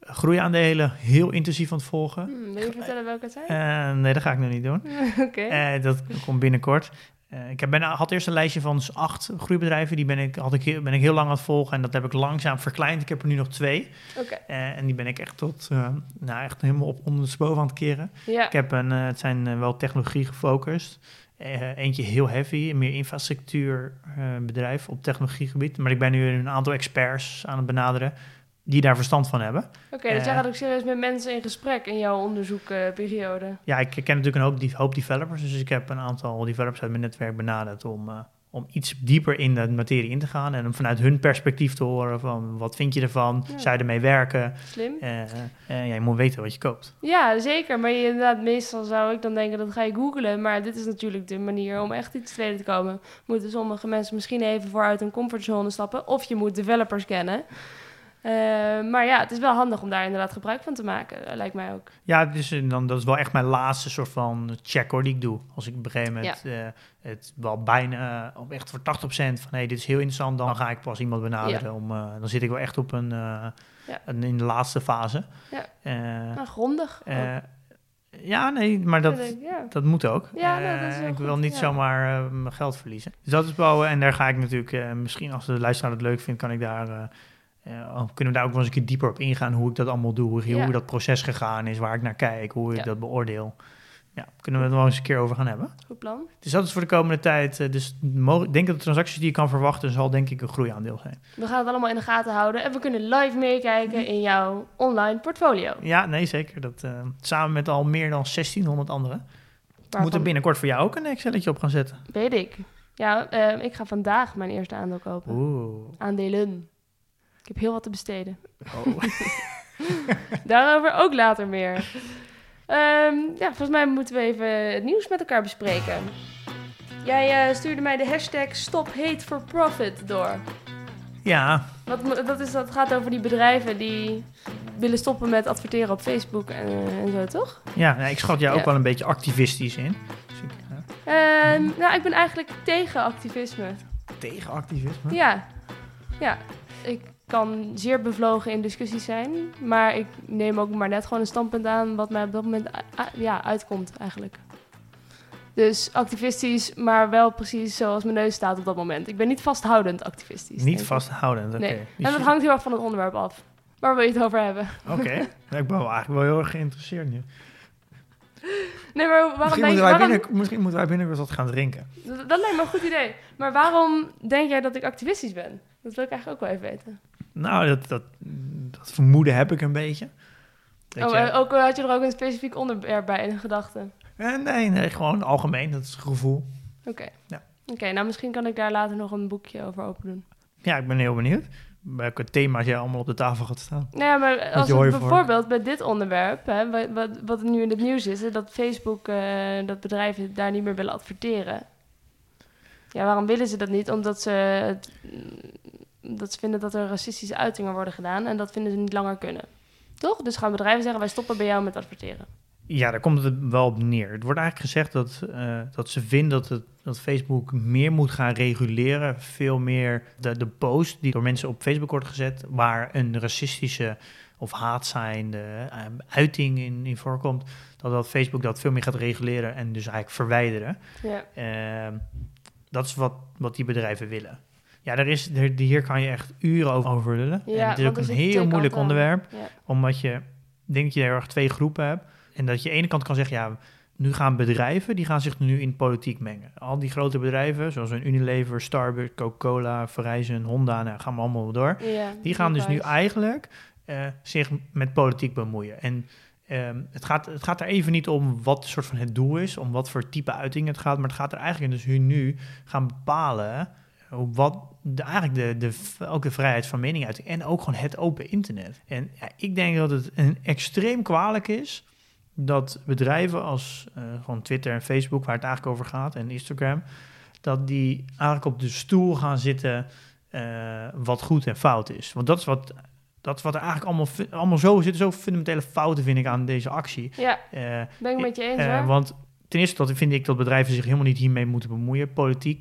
Groeiaandelen, heel intensief aan het volgen. Hmm, wil je vertellen welke het zijn? Uh, nee, dat ga ik nog niet doen. Oké. Okay. Uh, dat komt binnenkort. Uh, ik heb ben, had eerst een lijstje van acht groeibedrijven. Die ben ik, had ik, ben ik heel lang aan het volgen. En dat heb ik langzaam verkleind. Ik heb er nu nog twee. Okay. Uh, en die ben ik echt tot, uh, nou, echt helemaal op ondersteboven aan het keren. Ja. Ik heb een, uh, het zijn uh, wel technologie gefocust. Uh, eentje heel heavy, een meer infrastructuurbedrijf uh, op technologiegebied. Maar ik ben nu een aantal experts aan het benaderen die daar verstand van hebben. Oké, okay, dus uh, jij gaat ook serieus met mensen in gesprek in jouw onderzoekperiode? Uh, ja, ik ken natuurlijk een hoop, die, hoop developers. Dus ik heb een aantal developers uit mijn netwerk benaderd om, uh, om iets dieper in de materie in te gaan. En om vanuit hun perspectief te horen van wat vind je ervan? Ja. Zou je ermee werken? Slim. Uh, uh, ja, je moet weten wat je koopt. Ja, zeker. Maar je, inderdaad, meestal zou ik dan denken dat ga je googlen. Maar dit is natuurlijk de manier om echt iets te weten te komen. Moeten sommige mensen misschien even vooruit hun comfortzone stappen. Of je moet developers kennen. Uh, maar ja, het is wel handig om daar inderdaad gebruik van te maken, uh, lijkt mij ook. Ja, dus dan, dat is wel echt mijn laatste soort van check hoor, die ik doe. Als ik op een gegeven moment ja. uh, het wel bijna uh, echt voor tachtig procent van hé, hey, dit is heel interessant, dan ga ik pas iemand benaderen. Ja. Om, uh, dan zit ik wel echt op een, uh, ja. een in de laatste fase. Ja. Uh, nou, grondig. Uh, ja, nee, maar dat, ik, ja. dat moet ook. Ja, uh, nou, dat is wel ik goed, wil niet ja. zomaar uh, mijn geld verliezen. Dus dat is bouwen en daar ga ik natuurlijk, uh, misschien als de luisteraar het leuk vindt, kan ik daar... Uh, Uh, kunnen we daar ook wel eens een keer dieper op ingaan hoe ik dat allemaal doe, hoe, ja. hoe dat proces gegaan is, waar ik naar kijk, hoe ik ja. dat beoordeel. Ja, kunnen we het wel eens een keer over gaan hebben. Goed plan. Dus dat is voor de komende tijd. Uh, dus ik denk dat de transacties die je kan verwachten, zal denk ik een groeiaandeel zijn. We gaan het allemaal in de gaten houden en we kunnen live meekijken in jouw online portfolio. Ja, nee zeker. Dat, uh, samen met al meer dan zestienhonderd anderen. We moeten binnenkort voor jou ook een Excelletje op gaan zetten. Weet ik. Ja, uh, ik ga vandaag mijn eerste aandeel kopen. Oeh. Aandelen. Ik heb heel wat te besteden. Oh. Daarover ook later meer. Um, ja, volgens mij moeten we even het nieuws met elkaar bespreken. Jij uh, stuurde mij de hashtag Stop Hate for Profit door. Ja. Wat, dat, is, dat gaat over die bedrijven die willen stoppen met adverteren op Facebook en, uh, en zo, toch? Ja, nou, ik schat jou ja. ook wel een beetje activistisch in. Dus ik, uh... um, nou, ik ben eigenlijk tegen activisme. Tegen activisme? Ja. Ja. Ik kan zeer bevlogen in discussies zijn, maar ik neem ook maar net gewoon een standpunt aan wat mij op dat moment uh, ja, uitkomt eigenlijk. Dus activistisch, maar wel precies zoals mijn neus staat op dat moment. Ik ben niet vasthoudend activistisch. Niet vasthoudend, oké. Okay. Nee. En dat hangt heel erg van het onderwerp af. Waar wil je het over hebben? Oké, okay. Ik ben wel eigenlijk wel heel erg geïnteresseerd nu. Nee, maar waarom misschien, denk, moeten wij waarom... binnen, misschien moeten wij binnenkort wat gaan drinken. Dat, dat lijkt me een goed idee. Maar waarom denk jij dat ik activistisch ben? Dat wil ik eigenlijk ook wel even weten. Nou, dat, dat, dat vermoeden heb ik een beetje. Oh, je... ook, had je er ook een specifiek onderwerp bij in gedachten? Uh, nee, nee, gewoon algemeen. Dat is het gevoel. Oké. Okay. Ja. Oké, okay, nou misschien kan ik daar later nog een boekje over open doen. Ja, ik ben heel benieuwd. Welke thema's jij allemaal op de tafel gaat staan. Nou ja, maar als het bijvoorbeeld bij dit onderwerp, hè, wat, wat, wat nu in het nieuws is, hè, dat Facebook, uh, dat bedrijven daar niet meer willen adverteren. Ja, waarom willen ze dat niet? Omdat ze, het, dat ze vinden dat er racistische uitingen worden gedaan en dat vinden ze niet langer kunnen. Toch? Dus gaan bedrijven zeggen, wij stoppen bij jou met adverteren. Ja, daar komt het wel op neer. Het wordt eigenlijk gezegd dat, uh, dat ze vinden dat, het, dat Facebook meer moet gaan reguleren. Veel meer de, de post die door mensen op Facebook wordt gezet, waar een racistische of haatzijnde uh, uiting in, in voorkomt, dat, dat Facebook dat veel meer gaat reguleren en dus eigenlijk verwijderen. Ja. Uh, dat is wat, wat die bedrijven willen. Ja, er is, er, hier kan je echt uren over, over lullen. Ja, en het is ook een heel moeilijk onderwerp, ja. Omdat je denk dat je er erg twee groepen hebt. En dat je aan de ene kant kan zeggen, ja, nu gaan bedrijven, die gaan zich nu in politiek mengen. Al die grote bedrijven, zoals een Unilever, Starbucks, Coca-Cola, Verizon, Honda, nou gaan we allemaal door. Ja, die gaan dus nu eigenlijk uh, zich met politiek bemoeien. En um, het, gaat, het gaat er even niet om wat soort van het doel is, om wat voor type uiting het gaat, maar het gaat er eigenlijk dus nu, nu gaan bepalen wat de, eigenlijk de, de, ook de vrijheid van meningsuiting en ook gewoon het open internet. En ja, ik denk dat het een extreem kwalijk is dat bedrijven als uh, gewoon Twitter en Facebook, waar het eigenlijk over gaat, en Instagram, dat die eigenlijk op de stoel gaan zitten uh, wat goed en fout is. Want dat is wat, dat is wat er eigenlijk allemaal, allemaal zo zitten, zo fundamentele fouten vind ik aan deze actie. Ja, uh, ben ik met je eens, uh, hoor. Want ten eerste dat vind ik dat bedrijven zich helemaal niet hiermee moeten bemoeien. Politiek,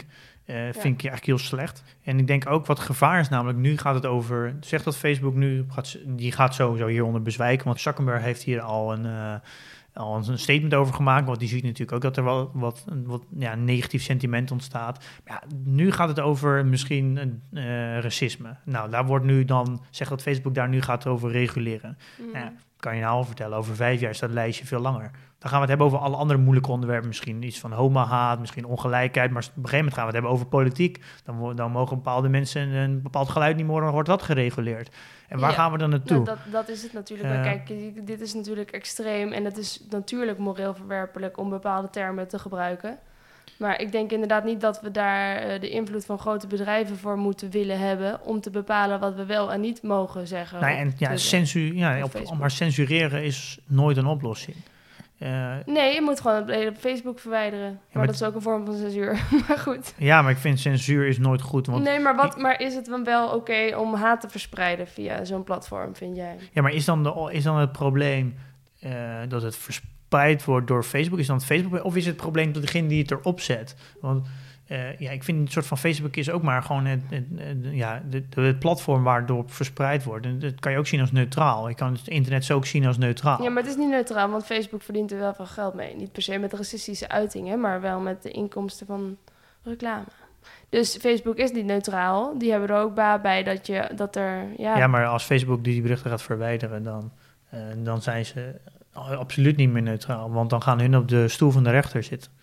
Uh, vind Ja. ik eigenlijk heel slecht. En ik denk ook wat gevaar is, namelijk nu gaat het over... Zegt dat Facebook nu, gaat, die gaat sowieso hieronder bezwijken. Want Zuckerberg heeft hier al een, uh, al een statement over gemaakt. Want die ziet natuurlijk ook dat er wel wat, wat ja, negatief sentiment ontstaat. Maar ja, nu gaat het over misschien uh, racisme. Nou, daar wordt nu dan... Zegt dat Facebook daar nu gaat over reguleren. Mm. Nou ja, kan je nou al vertellen, over vijf jaar is dat lijstje veel langer. Dan gaan we het hebben over alle andere moeilijke onderwerpen. Misschien iets van homo-haat, misschien ongelijkheid. Maar op een gegeven moment gaan we het hebben over politiek. Dan, dan mogen bepaalde mensen een bepaald geluid niet horen, dan wordt dat gereguleerd. En waar Ja, gaan we dan naartoe? Nou, dat, dat is het natuurlijk. Uh, Kijk, dit is natuurlijk extreem. En het is natuurlijk moreel verwerpelijk om bepaalde termen te gebruiken. Maar ik denk inderdaad niet dat we daar uh, de invloed van grote bedrijven voor moeten willen hebben... om te bepalen wat we wel en niet mogen zeggen. Nee, en ja, censuur, ja, op, op, maar censureren is nooit een oplossing. Uh, nee, je moet gewoon het hele Facebook verwijderen. Maar, ja, maar dat is ook een vorm van censuur. Maar goed. Ja, maar ik vind censuur is nooit goed. Want nee, maar, wat, ik, maar is het dan wel oké okay om haat te verspreiden via zo'n platform, vind jij? Ja, maar is dan, de, is dan het probleem uh, dat het verspreid wordt door Facebook? Is dan het Facebook? Of is het probleem dat degene die het erop zet? Want uh, ja, ik vind een soort van Facebook is ook maar gewoon het, het, het, ja, het, het platform waardoor het verspreid wordt. En dat kan je ook zien als neutraal. Je kan het internet zo ook zien als neutraal. Ja, maar het is niet neutraal, want Facebook verdient er wel veel geld mee. Niet per se met racistische uitingen, maar wel met de inkomsten van reclame. Dus Facebook is niet neutraal. Die hebben er ook baat bij dat, je, dat er... Ja, ja, maar als Facebook die berichten gaat verwijderen, dan, uh, dan zijn ze absoluut niet meer neutraal. Want dan gaan hun op de stoel van de rechter zitten.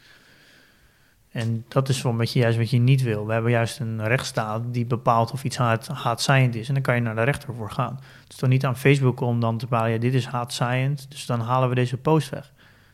En dat is wel een beetje juist wat je niet wil. We hebben juist een rechtsstaat die bepaalt of iets haat-science is. En dan kan je naar de rechter voor gaan. Het is toch niet aan Facebook om dan te bepalen, ja, dit is haat-science, dus dan halen we deze post weg.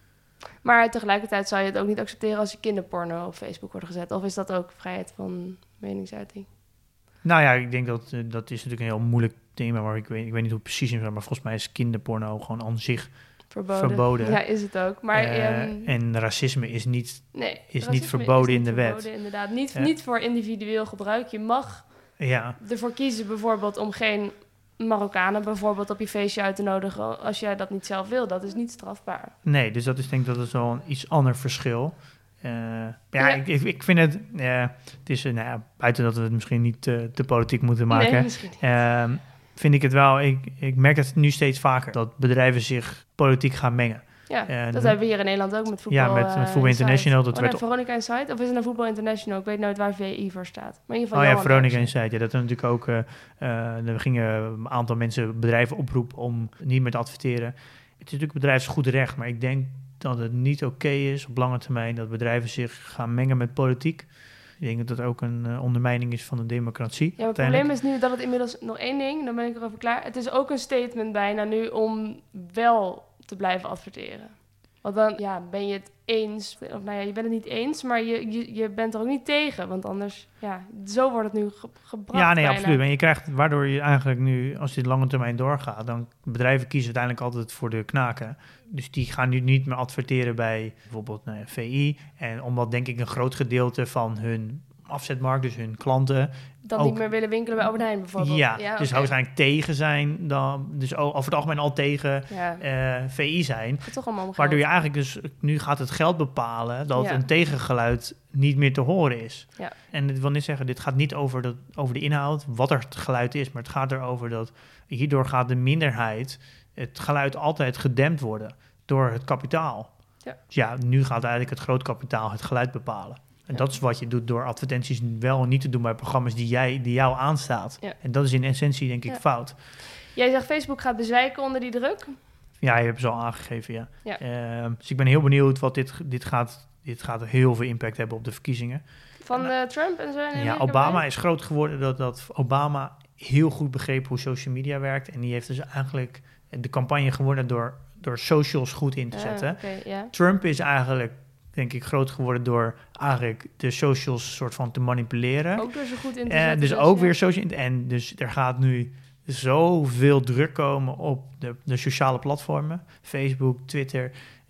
Maar tegelijkertijd zou je het ook niet accepteren als je kinderporno op Facebook wordt gezet. Of is dat ook vrijheid van meningsuiting? Nou ja, ik denk dat uh, dat is natuurlijk een heel moeilijk thema, maar ik weet, ik weet niet hoe het precies is, maar volgens mij is kinderporno gewoon aan zich verboden. verboden. Ja, is het ook. Maar, uh, um, en racisme is niet, nee, is niet verboden is in niet de verboden, wet. Inderdaad, niet, ja. niet voor individueel gebruik. Je mag ja. ervoor kiezen bijvoorbeeld om geen Marokkanen bijvoorbeeld op je feestje uit te nodigen als jij dat niet zelf wil. Dat is niet strafbaar. Nee, dus dat is denk ik dat is wel een iets ander verschil. Uh, ja, ja. Ik, ik, ik vind het, uh, het is, uh, nou ja, buiten dat we het misschien niet uh, te politiek moeten maken, nee, misschien niet. Uh, vind ik het wel, ik, ik merk het nu steeds vaker, dat bedrijven zich politiek gaan mengen. Ja, uh, dat hebben we hier in Nederland ook met voetbal. Ja, met, met Voetbal International. Dat oh, werd nee, Veronica Inside? Of is het een Voetbal International? Ik weet nooit waar V I voor staat. Maar in ieder geval oh ja, Johan Veronica Derksen. Inside. Ja, dat er natuurlijk ook, uh, uh, er gingen een aantal mensen, bedrijven oproepen om niet meer te adverteren. Het is natuurlijk bedrijfsgoed recht, maar ik denk dat het niet oké okay is op lange termijn dat bedrijven zich gaan mengen met politiek. Ik denk dat dat ook een uh, ondermijning is van de democratie. Ja, maar het probleem is nu dat het inmiddels nog één ding, dan ben ik erover klaar. Het is ook een statement bijna nu om wel te blijven adverteren. Want dan ja, ben je het eens, of nou ja, je bent het niet eens, maar je, je, je bent er ook niet tegen. Want anders, ja, zo wordt het nu ge- gebracht. Ja, nee, bijna. absoluut. En je krijgt, waardoor je eigenlijk nu, als dit lange termijn doorgaat, dan bedrijven kiezen uiteindelijk altijd voor de knaken. Dus die gaan nu niet meer adverteren bij bijvoorbeeld nou ja, V I. En omdat denk ik een groot gedeelte van hun afzetmarkt, dus hun klanten, dan ook niet meer willen winkelen bij Albert Heijn bijvoorbeeld. Ja, ja dus okay. waarschijnlijk tegen zijn, dan, dus over het algemeen al tegen ja. uh, V I zijn. Het toch allemaal om waardoor je geld. eigenlijk dus, nu gaat het geld bepalen dat Ja. een tegengeluid niet meer te horen is. Ja. En ik wil niet zeggen, dit gaat niet over, dat, over de inhoud, wat er het geluid is, maar het gaat erover dat hierdoor gaat de minderheid, het geluid altijd gedempt worden door het kapitaal. Ja. Dus ja, nu gaat eigenlijk het groot kapitaal het geluid bepalen. En Ja. dat is wat je doet door advertenties wel en niet te doen bij programma's die, jij, die jou aanstaat. Ja. En dat is in essentie denk ik Ja. fout. Jij zegt Facebook gaat bezwijken onder die druk. Ja, je hebt ze al aangegeven, ja. Ja. Uh, dus ik ben heel benieuwd wat dit, dit gaat. Dit gaat heel veel impact hebben op de verkiezingen. Van uh, Trump en zo. En ja, Obama is groot geworden dat, dat Obama heel goed begreep hoe social media werkt. En die heeft dus eigenlijk de campagne gewonnen door, door socials goed in te zetten. Uh, okay, yeah. Trump is eigenlijk, denk ik, groot geworden door eigenlijk de socials soort van te manipuleren. Ook door zo goed in te uh, zetten. dus, dus ook ja. weer social. En dus er gaat nu zoveel druk komen op de, de sociale platformen. Facebook, Twitter.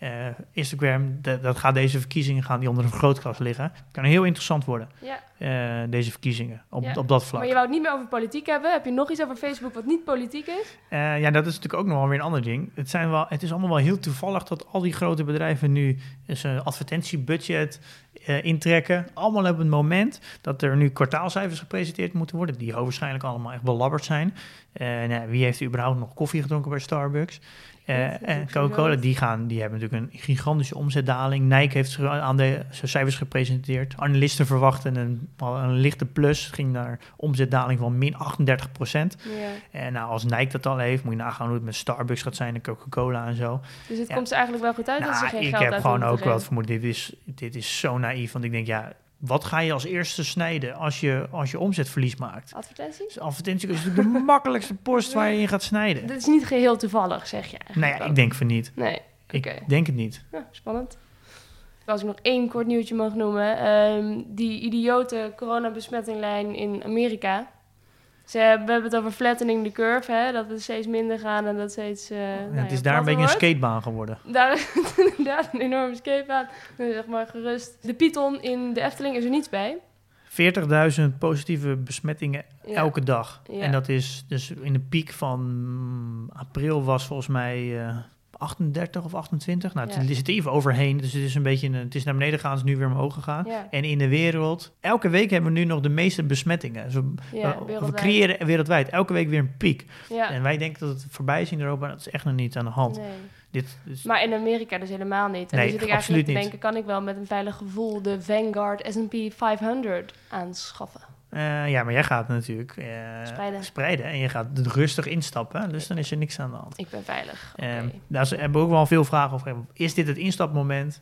Uh, Instagram, de, dat gaat deze verkiezingen gaan die onder een vergrootglas liggen. Kan heel interessant worden, Ja. uh, deze verkiezingen, op, Ja. op dat vlak. Maar je wou het niet meer over politiek hebben. Heb je nog iets over Facebook wat niet politiek is? Uh, ja, dat is natuurlijk ook nog wel weer een ander ding. Het, zijn wel, het is allemaal wel heel toevallig dat al die grote bedrijven nu een advertentiebudget uh, intrekken. Allemaal op het moment dat er nu kwartaalcijfers gepresenteerd moeten worden, die hoogstwaarschijnlijk allemaal echt belabberd zijn. Uh, nou, wie heeft überhaupt nog koffie gedronken bij Starbucks? Uh, en Coca-Cola, die, gaan, die hebben natuurlijk een gigantische omzetdaling. Nike heeft aan de cijfers gepresenteerd. Analisten verwachten een, een lichte plus. Het ging naar omzetdaling van min achtendertig procent. Ja. En nou, als Nike dat al heeft, moet je nagaan hoe het met Starbucks gaat zijn en Coca-Cola en zo. Dus het ja. komt ze eigenlijk wel goed uit nou, dat ze geen ik geld heb uit gewoon hoeven ook te wel geven. vermoed, dit is, dit is zo naïef. Want ik denk, ja, wat ga je als eerste snijden als je, als je omzetverlies maakt? Advertenties? Dus advertentie is natuurlijk de makkelijkste post waar je in gaat snijden. Dat is niet geheel toevallig, zeg je eigenlijk. Nou ja, ik denk van niet. Nee, oké. Ik denk het niet. Ja, spannend. Als ik nog één kort nieuwtje mag noemen. Um, die idiote coronabesmettinglijn in Amerika. Ze, we hebben het over flattening the curve, hè? Dat we steeds minder gaan en dat steeds... Uh, ja, nou het is ja, daar een beetje een wordt. skatebaan geworden. Daar is het inderdaad een enorme skatebaan. Zeg maar gerust. De Python in de Efteling is er niets bij. veertigduizend positieve besmettingen Ja. elke dag. Ja. En dat is dus in de piek van mm, april was volgens mij uh, achtendertig of achtentwintig. Nou, Ja. het is er even overheen. Dus het is een beetje, een, het is naar beneden gegaan, het is nu weer omhoog gegaan. Ja. En in de wereld, elke week hebben we nu nog de meeste besmettingen. Dus we, Ja, we, wereldwijd. we creëren wereldwijd elke week weer een piek. Ja. En wij denken dat het voorbij is in Europa. Dat is echt nog niet aan de hand. Nee. Dit, dus, Maar in Amerika dus helemaal niet. En Nee, dan zit ik absoluut eigenlijk te niet. denken, kan ik wel met een veilig gevoel de Vanguard S en P vijfhonderd aanschaffen? uh, ja, maar jij gaat natuurlijk uh, Spreiden. spreiden. En je gaat rustig instappen. Dus dan is er niks aan de hand. Ik ben veilig. Okay. Um, daar hebben we ook wel veel vragen over. Is dit het instapmoment?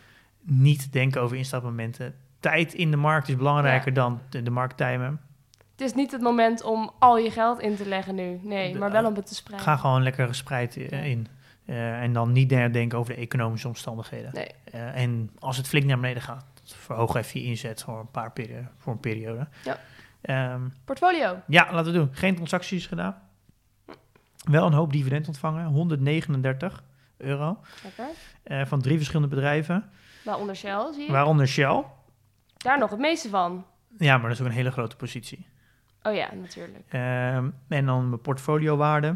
Niet denken over instapmomenten. Tijd in de markt is belangrijker Ja. dan de, de markt timen. Het is niet het moment om al je geld in te leggen nu. Nee, De- maar wel om het te spreiden. Ga gewoon lekker gespreid uh, Ja. in. Uh, en dan niet nadenken over de economische omstandigheden. Nee. Uh, en als het flink naar beneden gaat, verhoog even je inzet voor een paar peri- voor een periode. Ja. Um, Portfolio. ja, laten we doen. Geen transacties gedaan. Wel een hoop dividend ontvangen. honderdnegenendertig euro. Lekker. Uh, van drie verschillende bedrijven. Waaronder Shell, zie je. Waaronder Shell. Daar nog het meeste van. Ja, maar dat is ook een hele grote positie. Oh ja, natuurlijk. Um, en dan mijn portfoliowaarde.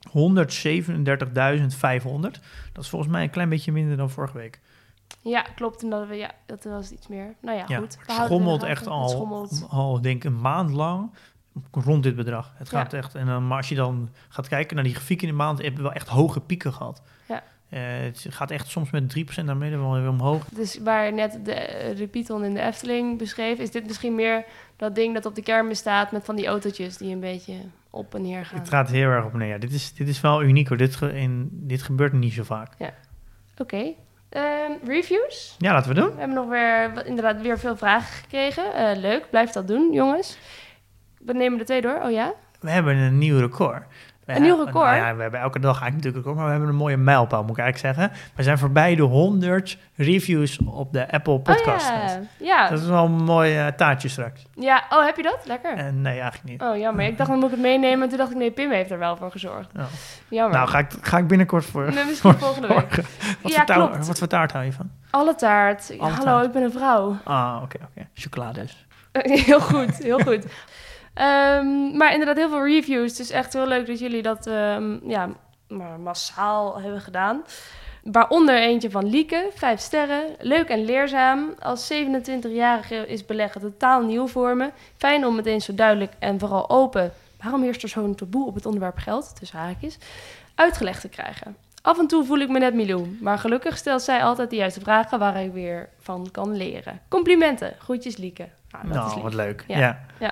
honderdzevenendertigduizend vijfhonderd. Dat is volgens mij een klein beetje minder dan vorige week. Ja, klopt. En dat we, ja, dat was iets meer. Nou ja, Ja, goed. het We houden schommelt het in de echt gaten. al, Het schommelt. al denk ik een maand lang rond dit bedrag. Het gaat Ja. echt, en dan, maar als je dan gaat kijken naar die grafiek in de maand, hebben we wel echt hoge pieken gehad. Ja. Uh, het gaat echt soms met drie procent naar beneden, wel weer omhoog. Dus waar net de, de Python in de Efteling beschreef, is dit misschien meer dat ding dat op de kermis staat met van die autootjes die een beetje op en neer gaan. Het gaat heel erg op en neer. Ja, dit, is, dit is wel uniek hoor. Dit, ge, in, dit gebeurt niet zo vaak. Oké. Okay. Um, reviews? Ja, laten we doen. We hebben nog weer, wat- inderdaad weer veel vragen gekregen. Uh, leuk, blijf dat doen, jongens. We nemen er twee door. Oh ja? We hebben een nieuw record. We Een nieuw hebben- record? Nou ja, we hebben elke dag eigenlijk natuurlijk een record, maar we hebben een mooie mijlpaal, moet ik eigenlijk zeggen. We zijn voorbij de honderd reviews op de Apple Podcast. Oh ja. Ja. Dat is wel een mooi uh, taartje straks. ja. Oh, heb je dat? Lekker. Uh, nee, eigenlijk niet. Oh, jammer. Ik dacht, dan moet ik het meenemen. En toen dacht ik, nee, Pim heeft er wel voor gezorgd. Oh. Jammer. Nou, ga ik, ga ik binnenkort voor. Nee, misschien volgende week. morgen. Wat, Ja, voor taart, klopt. wat voor taart hou je van? Alle taart. Alle Hallo, taart. ik ben een vrouw. Ah, oké, oké. Chocolade dus. Heel goed, heel goed. Ehm, maar inderdaad, heel veel reviews. Het is echt heel leuk dat jullie dat ehm, ja, maar massaal hebben gedaan. Waaronder eentje van Lieke, vijf sterren. Leuk en leerzaam. Als zevenentwintigjarige is beleggen totaal nieuw voor me. Fijn om meteen zo duidelijk en vooral open... waarom heerst er zo'n taboe op het onderwerp geld, tussen haakjes, uitgelegd te krijgen. Af en toe voel ik me net Milou, maar gelukkig stelt zij altijd de juiste vragen waar ik weer van kan leren. Complimenten. Groetjes Lieke. Nou, dat is Nou, lief. wat leuk. Ja. Ja. Ja.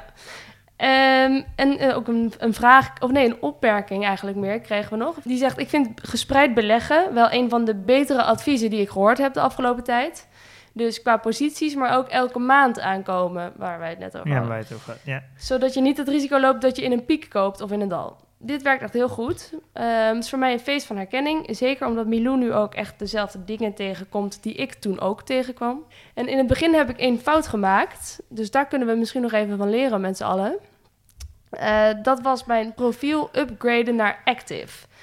Ehm, en eh, ook een, een vraag, of nee, een opmerking eigenlijk meer, kregen we nog. Die zegt, ik vind gespreid beleggen wel een van de betere adviezen die ik gehoord heb de afgelopen tijd. Dus qua posities, maar ook elke maand aankomen, waar wij het net over Ja, hadden. wij het over. Ja. Zodat je niet het risico loopt dat je in een piek koopt of in een dal. Dit werkt echt heel goed. Um, het is voor mij een feest van herkenning. Zeker omdat Milou nu ook echt dezelfde dingen tegenkomt die ik toen ook tegenkwam. En in het begin heb ik één fout gemaakt. Dus daar kunnen we misschien nog even van leren met z'n allen. Uh, dat was mijn profiel upgraden naar active.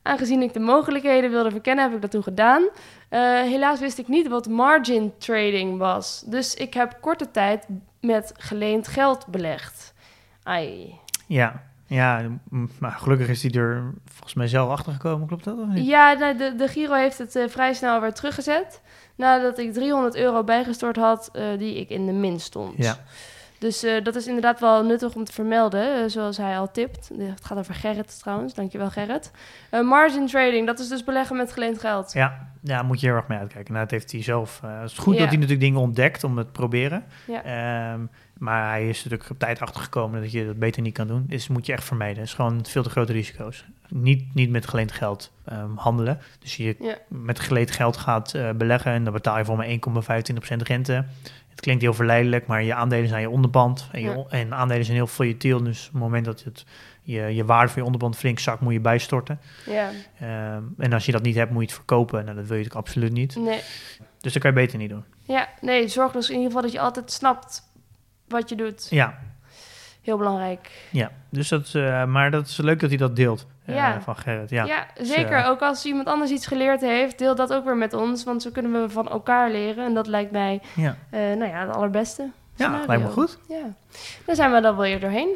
Aangezien ik de mogelijkheden wilde verkennen, heb ik dat toen gedaan. Uh, helaas wist ik niet wat margin trading was. Dus ik heb korte tijd met geleend geld belegd. Ai. Ja, ja, maar gelukkig is hij er volgens mij zelf achter gekomen, klopt dat of niet? Ja, de, de Giro heeft het uh, vrij snel weer teruggezet. Nadat ik driehonderd euro bijgestort had, uh, die ik in de min stond. Ja. Dus uh, dat is inderdaad wel nuttig om te vermelden, uh, zoals hij al tipt. Het gaat over Gerrit trouwens, dankjewel Gerrit. Uh, margin trading, dat is dus beleggen met geleend geld. Ja, ja, moet je heel erg mee uitkijken. Nou, het heeft hij zelf... Uh, het is goed Ja. dat hij natuurlijk dingen ontdekt om het te proberen. Ja. Um, maar hij is natuurlijk op tijd achtergekomen dat je dat beter niet kan doen. Dus moet je echt vermijden. Het is gewoon veel te grote risico's. Niet, niet met geleend geld um, handelen. Dus je Ja. met geleend geld gaat uh, beleggen en dan betaal je voor maar één komma vijfentwintig procent rente. Het klinkt heel verleidelijk, maar je aandelen zijn je onderpand. En, je, Ja. en aandelen zijn heel volatiel. Dus op het moment dat het, je, je waarde van je onderpand flink zakt, moet je bijstorten. Ja, Um, en als je dat niet hebt, moet je het verkopen. Nou, dat wil je natuurlijk absoluut niet. nee. Dus dat kan je beter niet doen. Ja, nee, zorg dus in ieder geval dat je altijd snapt wat je doet. Ja, Heel belangrijk. ja. Dus dat, uh, maar dat is leuk dat hij dat deelt uh, Ja. van Gerrit. Ja, Ja, Dus, zeker. uh, ook als iemand anders iets geleerd heeft, deel dat ook weer met ons. Want zo kunnen we van elkaar leren. En dat lijkt mij, ja. uh, nou ja, het allerbeste ja scenario. lijkt me goed. Ja. Dan zijn we dan wel weer doorheen.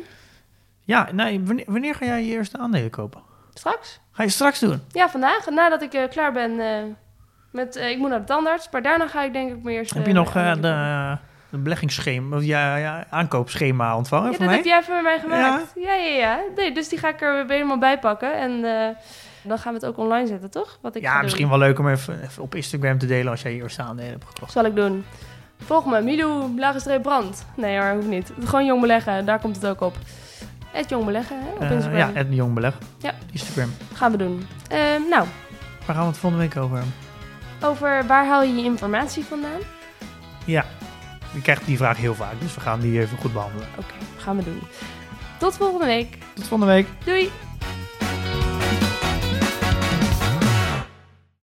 Ja, nee, wanneer, wanneer ga jij je eerste aandelen kopen? Straks? Ga je straks doen? Ja, vandaag. Nadat ik uh, klaar ben uh, met... Uh, ik moet naar de tandarts, maar daarna ga ik denk ik mijn eerste... Heb je nog uh, aandelen kopen. de, de beleggingsschema, of ja, ja, aankoopschema ontvangen Ja, van dat mij? heb jij voor mij gemaakt. Ja, ja, ja. Nee, dus die ga ik er weer helemaal bij pakken. En uh, dan gaan we het ook online zetten, toch? Wat ik ga Ja, doen. misschien wel leuk om even, even op Instagram te delen als jij je eerste aandelen hebt gekocht. Zal ik doen. Volg me, Milou, lage streep brand. Nee hoor, hoeft niet. Gewoon jong beleggen, daar komt het ook op. Het jong beleggen, hè, op Uh, Instagram. ja, het jong beleg. Ja. Instagram. Gaan we doen. Uh, nou, Waar gaan we het volgende week over hebben? over waar haal je je informatie vandaan? Ja, ik krijg die vraag heel vaak, dus we gaan die even goed behandelen. Oké, gaan we doen. Tot volgende week. Tot volgende week. Doei!